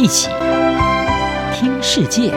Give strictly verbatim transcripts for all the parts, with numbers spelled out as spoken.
一起听世界。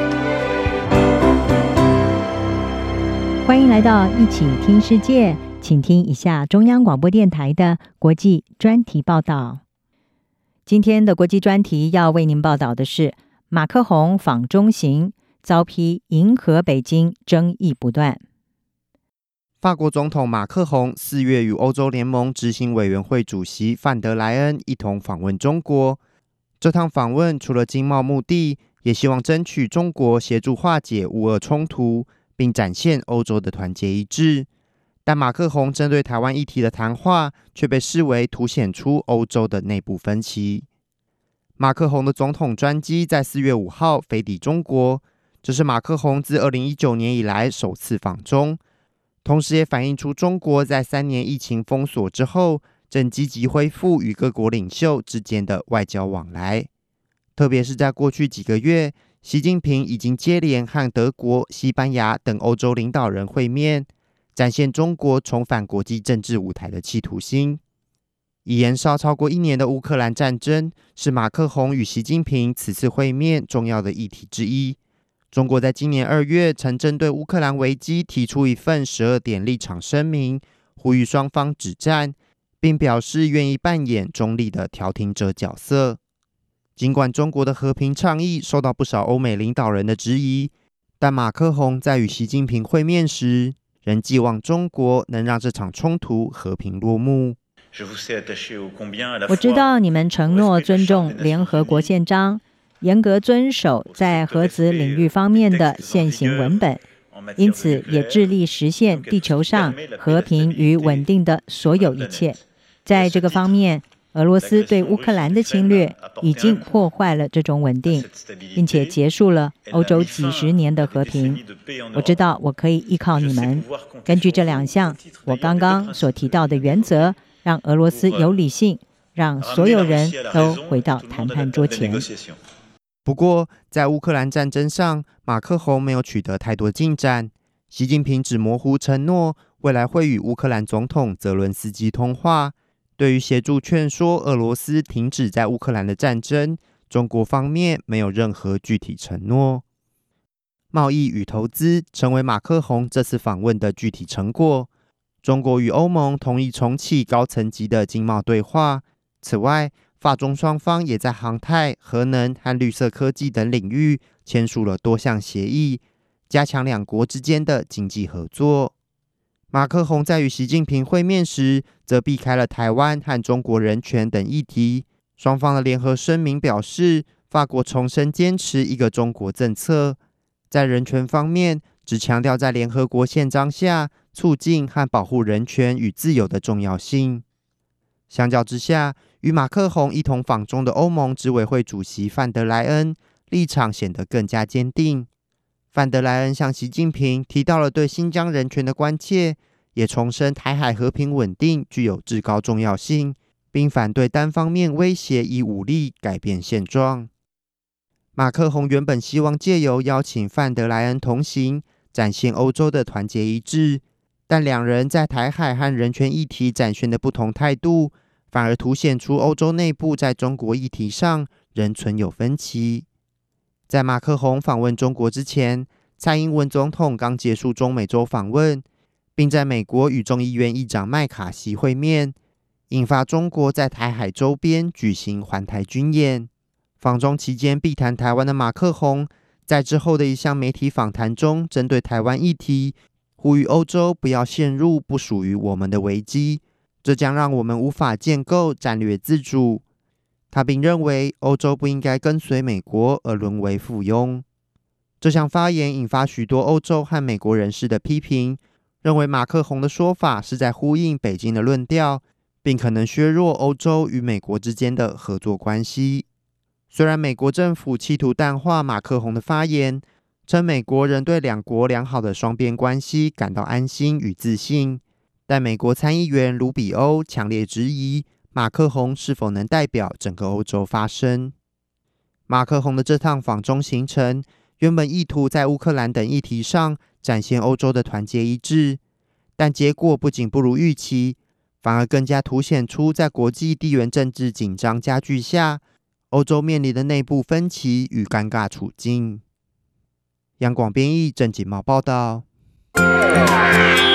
欢迎来到一起听世界，请听一下中央广播电台的国际专题报道。今天的国际专题要为您报道的是马克宏访中行，遭批迎合北京，争议不断。 法国总统马克宏四月与欧洲联盟执行委员会主席范德莱恩一同访问中国。这趟访问除了经贸目的，也希望争取中国协助化解乌俄冲突，并展现欧洲的团结一致。但马克宏针对台湾议题的谈话却被视为凸显出欧洲的内部分歧。马克宏的总统专机在四月五号飞抵中国，这是马克宏自二零一九年以来首次访中，同时也反映出中国在三年疫情封锁之后，正积极恢复与各国领袖之间的外交往来。特别是在过去几个月，习近平已经接连和德国、西班牙等欧洲领导人会面，展现中国重返国际政治舞台的企图心。已延烧超过一年的乌克兰战争，是马克宏与习近平此次会面重要的议题之一。中国在今年二月曾针对乌克兰危机提出一份十二点立场声明，呼吁双方止战，并表示愿意扮演中立的调停者角色。尽管中国的和平倡议受到不少欧美领导人的质疑，但马克宏在与习近平会面时，仍寄望中国能让这场冲突和平落幕。 我知道你们承诺尊重联合国宪章，严格遵守在核子领域方面的现行文本，因此也致力实现地球上和平与稳定的所有一切。在这个方面，俄罗斯对乌克兰的侵略已经破坏了这种稳定，并且结束了欧洲几十年的和平。我知道我可以依靠你们，根据这两项我刚刚所提到的原则，让俄罗斯有理性，让所有人都回到谈判桌前。 不过，在乌克兰战争上，马克宏没有取得太多进展。习近平只模糊承诺，未来会与乌克兰总统泽伦斯基通话。对于协助劝说俄罗斯停止在乌克兰的战争，中国方面没有任何具体承诺。贸易与投资成为马克宏这次访问的具体成果。中国与欧盟同意重启高层级的经贸对话。此外，法中双方也在航太、核能和绿色科技等领域签署了多项协议，加强两国之间的经济合作。马克宏在与习近平会面时，则避开了台湾和中国人权等议题。双方的联合声明表示，法国重申坚持一个中国政策，在人权方面，只强调在联合国宪章下促进和保护人权与自由的重要性。相较之下，与马克宏一同访中的欧盟执委会主席范德莱恩立场显得更加坚定。范德莱恩向习近平提到了对新疆人权的关切，也重申台海和平稳定具有至高重要性，并反对单方面威胁以武力改变现状。马克宏原本希望借由邀请范德莱恩同行，展现欧洲的团结一致，但两人在台海和人权议题展现的不同态度，反而凸显出欧洲内部在中国议题上仍存有分歧。在马克宏访问中国之前，蔡英文总统刚结束中美洲访问，并在美国与众议院议长麦卡锡会面，引发中国在台海周边举行环台军演。访中期间避谈台湾的马克宏，在之后的一项媒体访谈中，针对台湾议题，呼吁欧洲不要陷入不属于我们的危机，这将让我们无法建构战略自主。他并认为欧洲不应该跟随美国而沦为附庸。这项发言引发许多欧洲和美国人士的批评，认为马克宏的说法是在呼应北京的论调，并可能削弱欧洲与美国之间的合作关系。虽然美国政府企图淡化马克宏的发言，称美国仍对两国良好的双边关系感到安心与自信，但美国参议员卢比欧强烈质疑马克宏是否能代表整个欧洲发声。马克宏的这趟访中行程原本意图在乌克兰等议题上展现欧洲的团结一致，但结果不仅不如预期，反而更加凸显出在国际地缘政治紧张加剧下， 欧洲面临的内部分歧与尴尬处境。央广编译郑锦茂报道。